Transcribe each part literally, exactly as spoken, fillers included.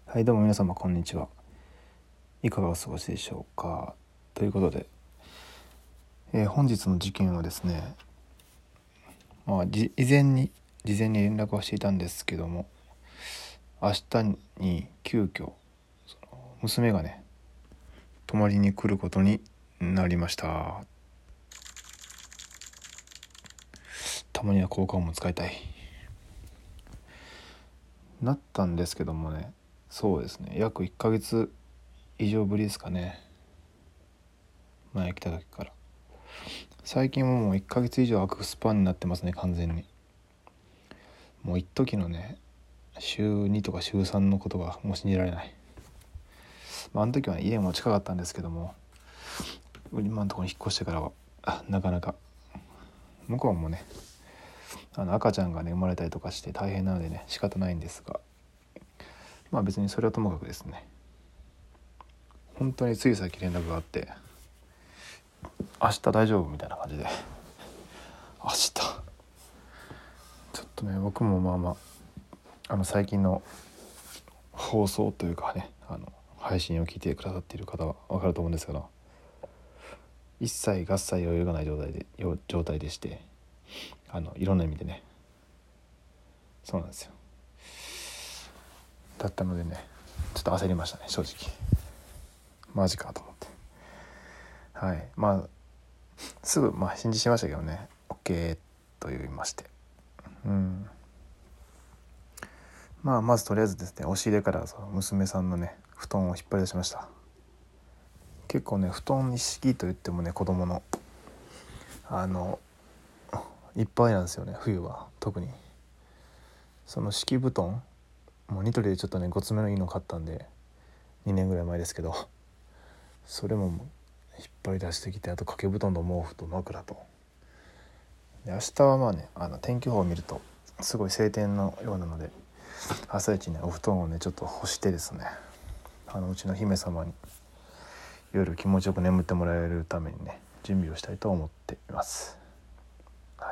はい、どうも皆様こんにちは。いかがお過ごしでしょうか。ということで、えー本日の事件はですね、まあ、じ以前に事前に連絡はしていたんですけども、明日に急遽その娘がね泊まりに来ることになりました。たまには効果音も使いたいなったんですけどもね、そうですね、約いっかげつ以上ぶりですかね。前来た時から最近はもういっかげつ以上空くスパンになってますね。完全にもう一時のね週にとか週さんのことがもう信じられない。まあ、あの時は、ね、家も近かったんですけども、今のところに引っ越してからはあなかなか向こうもねあの赤ちゃんがね生まれたりとかして大変なのでね仕方ないんですが、まあ別にそれはともかくですね、本当についさっき連絡があって、明日大丈夫みたいな感じで、明日ちょっとね僕もまあまああの最近の放送というかね、あの配信を聞いてくださっている方は分かると思うんですけど、一切合切余裕がない状態で状態でして、あのいろんな意味でね、そうなんですよ。だったのでねちょっと焦りましたね、正直。マジかと思って、はいまあすぐまあ返事しましたけどね、 OK と言いまして、うんまあまずとりあえずですね、押し入れからその娘さんのね布団を引っ張り出しました。結構ね布団一式といってもね、子供のあのいっぱいなんですよね、冬は特に。その敷布団もうニトリでちょっとねごつめのいいの買ったんで、にねんぐらい前ですけど、それも引っ張り出してきて、あと掛け布団と毛布と枕とで、明日はまあねあの天気予報を見るとすごい晴天のようなので、朝一にねお布団をねちょっと干してですね、あのうちの姫様に夜気持ちよく眠ってもらえるためにね準備をしたいと思っています。はい。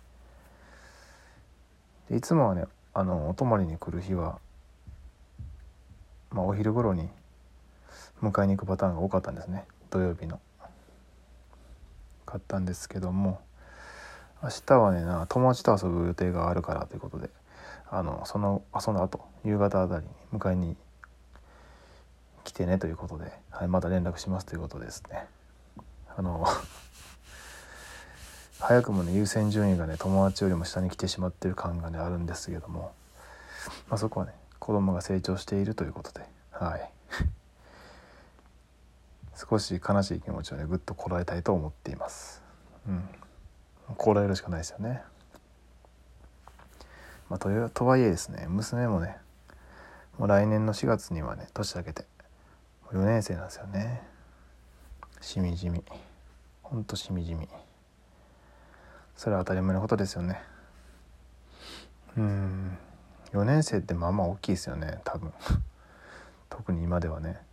でいつもはねあのお泊まりに来る日は、まあ、お昼頃に迎えに行くパターンが多かったんですね。土曜日の買ったんですけども、明日はねな友達と遊ぶ予定があるからということで、あのその遊んだ後夕方あたりに迎えに来てねということで、はい、また連絡しますということですね。あの早くもね優先順位がね友達よりも下に来てしまっている感がねあるんですけども、まあ、そこはね子供が成長しているということで、はい少し悲しい気持ちをねぐっとこらえたいと思っています。うんこらえるしかないですよね。まあ、と, とはいえですね、娘もねもう来年のしがつにはね年明けてよねん生なんですよね。しみじみほんとしみじみ、それは当たり前のことですよね。うんよねん生ってまあまあ大きいですよね多分特に今ではね。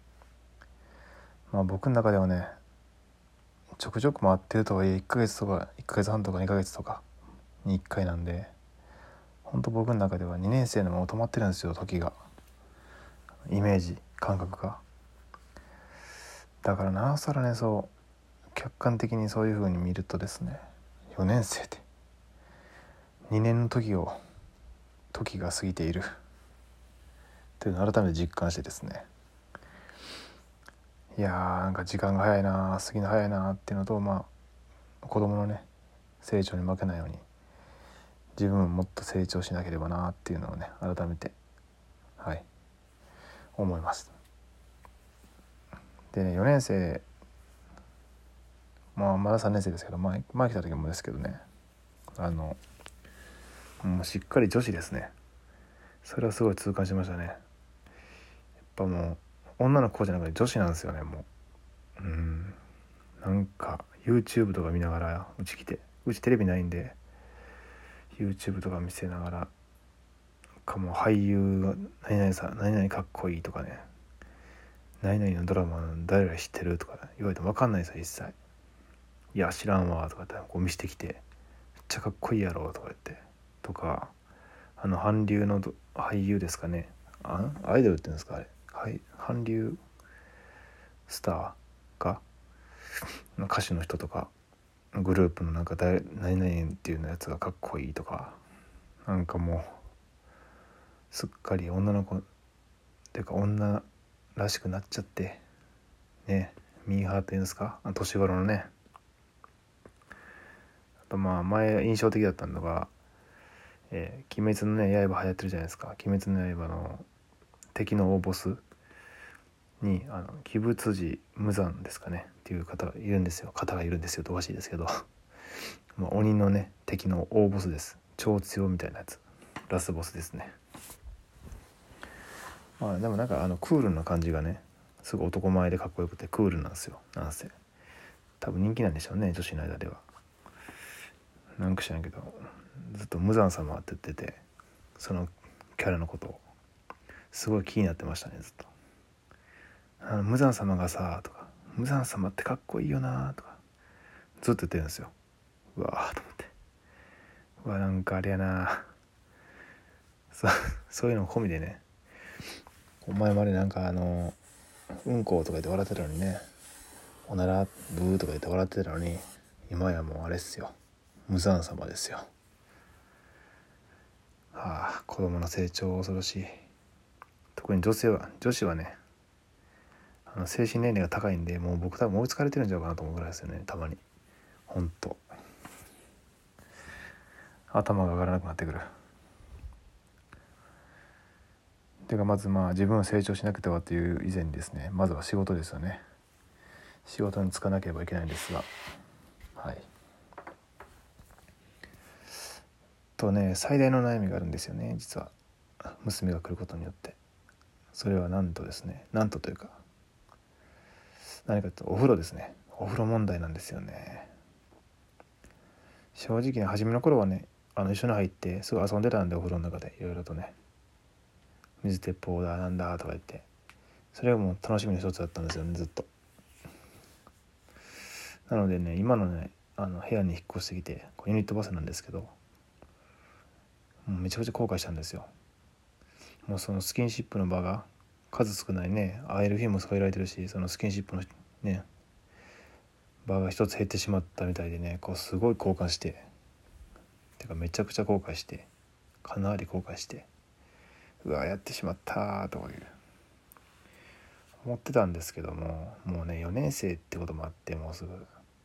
まあ僕の中ではねちょくちょく回ってるとはいえいっかげつとかいっかげつはんとかにかげつとかにいっかいなんで、ほんと僕の中ではにねん生のまま止まってるんですよ、時が、イメージ感覚が。だからなおさらね、そう客観的にそういう風に見るとですね、よねん生ってにねんの時を時が過ぎているというのを改めて実感してですね、いやーなんか時間が早いな、過ぎの早いなっていうのと、まあ子供のね成長に負けないように自分ももっと成長しなければなっていうのをね改めてはい思います。でねよねん生、まあまださんねん生ですけど、前前来た時もですけどね、あのもうしっかり女子ですね。それはすごい痛感しましたね。やっぱもう女の子じゃなくて女子なんですよね。もううんなんか YouTube とか見ながらうち来て、うちテレビないんで YouTube とか見せながらか、もう俳優が何々さん何々かっこいいとかね、何々のドラマ誰が知ってるとか言われても分かんないですよ一切。いや知らんわとかってこう見せてきて、めっちゃかっこいいやろとか言ってとか、あの韓流の俳優ですかね、 あアイドルって言うんですかあれ、はい、韓流スターか歌手の人とかグループのなんか誰何々っていうのやつがかっこいいとか、なんかもうすっかり女の子っていうか女らしくなっちゃってね、ミーハーっていうんですか、年頃のね。あとまあ前印象的だったのが、えー、鬼滅のね刃流行ってるじゃないですか。鬼滅の刃の敵の大ボスにあの鬼舞辻無惨ですかねっていう方がいるんですよ。方がいるんですよとおかしいですけどまあ鬼のね敵の大ボスです。超強みたいなやつ、ラスボスですね。まあでもなんかあのクールな感じがねすごい男前でかっこよくてクールなんですよ。なんせ多分人気なんでしょうね、女子の間では。なんか知らんけどずっと無惨様って言ってて、そのキャラのことをすごい気になってましたねずっと。あの無惨様がさとか、無惨様ってかっこいいよなとかずっと言ってるんですよ。うわーと思って、うわなんかあれやなそ, そういうの込みでね、お前までなんかあのうんことか言って笑ってたのにね、おならブーとか言って笑ってたのに、今やもうあれっすよ、無惨様ですよ。はあ、子供の成長恐ろしい。特に女性は女子はね、あの精神年齢が高いんで、もう僕多分追いつかれてるんじゃないかなと思うぐらいですよね。たまにほんと頭が上がらなくなってくる。てかまずまあ自分を成長しなくてはという以前にですね、まずは仕事ですよね。仕事に就かなければいけないんですが、はいとね、最大の悩みがあるんですよね実は。娘が来ることによって、それはなんとですね、なんとというか何かというとお風呂ですね。お風呂問題なんですよね。正直ね、初めの頃はね、あの一緒に入ってすぐ遊んでたんで、お風呂の中でいろいろとね、水鉄砲だなんだとか言って、それがもう楽しみの一つだったんですよねずっと。なのでね、今のねあの部屋に引っ越してきて、ユニットバスなんですけど、もうめちゃくちゃ後悔したんですよ。もうそのスキンシップの場が数少ないね、会える日も限られてるし、そのスキンシップのね場が一つ減ってしまったみたいでね、こうすごい後悔して、てかめちゃくちゃ後悔して、かなり後悔して、うわやってしまったとかいう思ってたんですけども、もうねよねん生ってこともあって、もうすぐ、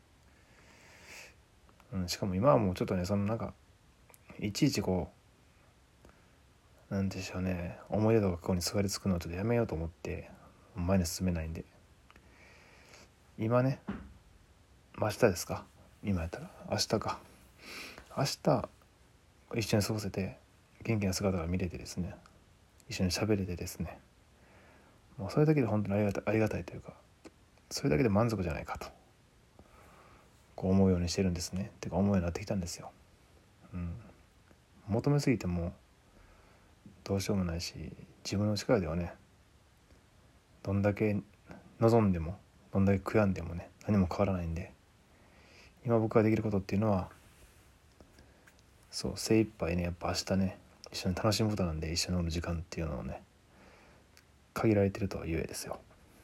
うん、しかも今はもうちょっとね、そのなんかいちいちこうなんでしょうね、思い出とか過去にすがりつくのをちょっとやめようと思って前に進めないんで、今ね明日ですか、今やったら明日か、明日一緒に過ごせて元気な姿が見れてですね、一緒に喋れてですね、もうそれだけで本当にありがたい、ありがたいというか、それだけで満足じゃないかとこう思うようにしてるんですね。てか思うようになってきたんですよ。うん、求めすぎてもどうしようもないし、自分の力ではね、どんだけ望んでもどんだけ悔やんでもね何も変わらないんで、今僕ができることっていうのは、そう精一杯ね、やっぱ明日ね一緒に楽しむことなんで、一緒におる時間っていうのをね限られてるとはゆえですよ。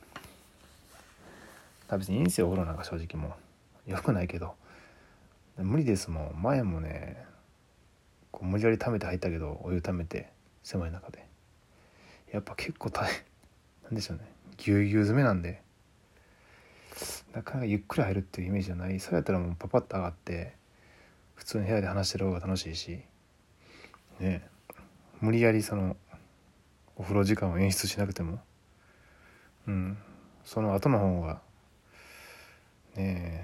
別にいいんですよ、お風呂なんか正直もうよくないけど、無理ですもん。前もねこう無理やり溜めて入ったけど、お湯溜めて狭い中でやっぱ結構大変なんでしょうね、ぎゅうぎゅう詰めなんで、なかなかゆっくり入るっていうイメージじゃない。それやったらもうパパッと上がって普通に部屋で話してる方が楽しいしね、無理やりそのお風呂時間を演出しなくても、うんその後の方がね、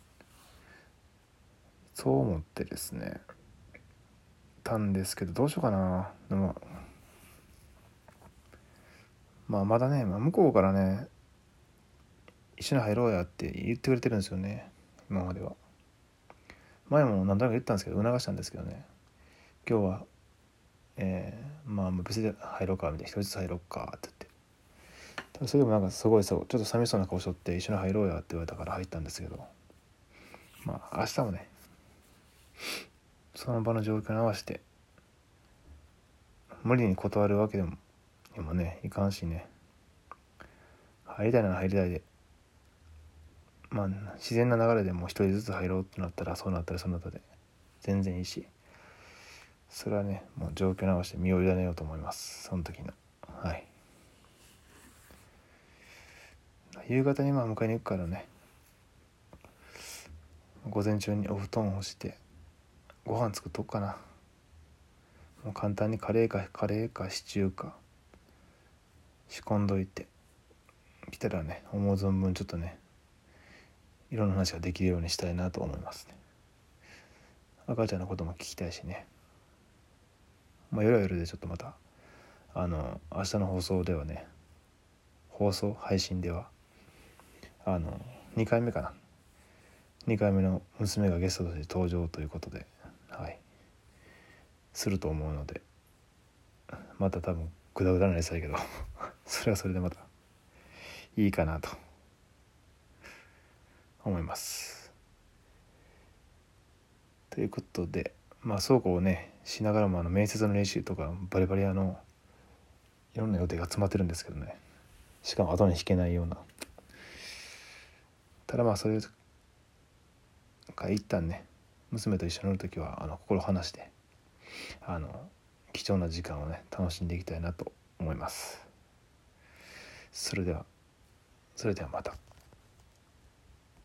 そう思ってですねたんですけど、どうしようかな。でもまあまだね、まあ、向こうからね一緒に入ろうやって言ってくれてるんですよね。今までは前も何となく言ったんですけど、促したんですけどね、今日はえー、まあ別で入ろうかみたいな、一人ずつ入ろうかって言って、それでもなんかすごいそうちょっと寂しそうな顔しとって、一緒に入ろうやって言われたから入ったんですけど、まあ明日もねその場の状況に合わせて無理に断るわけでもにもねいかんしね、入りたいなら入りたいで、まあ自然な流れでもう一人ずつ入ろうってなったらそうなったらそうなったで全然いいし、それはねもう状況直して身を委ねようと思います、その時の。はい、夕方にまあ迎えに行くからね、午前中にお布団を干してご飯作っとくかな。もう簡単にカレーかカレーかシチューか仕込んどいて来たらね、思う存分ちょっとねいろんな話ができるようにしたいなと思いますね。赤ちゃんのことも聞きたいしね。まあ夜は夜でちょっとまたあの明日の放送ではね、放送配信ではあのにかいめかなにかいめの娘がゲストとして登場ということで、はいすると思うので、また多分グダグダになりそうやけどそれはそれでまたいいかなと思います。ということで、まあそうこうねしながらもあの面接の練習とかバリバリあのいろんな予定が詰まってるんですけどね、しかも後に引けないような。ただまあそういうか一旦ね娘と一緒に乗るときはあの心離してあの貴重な時間をね楽しんでいきたいなと思います。それではそれではまた。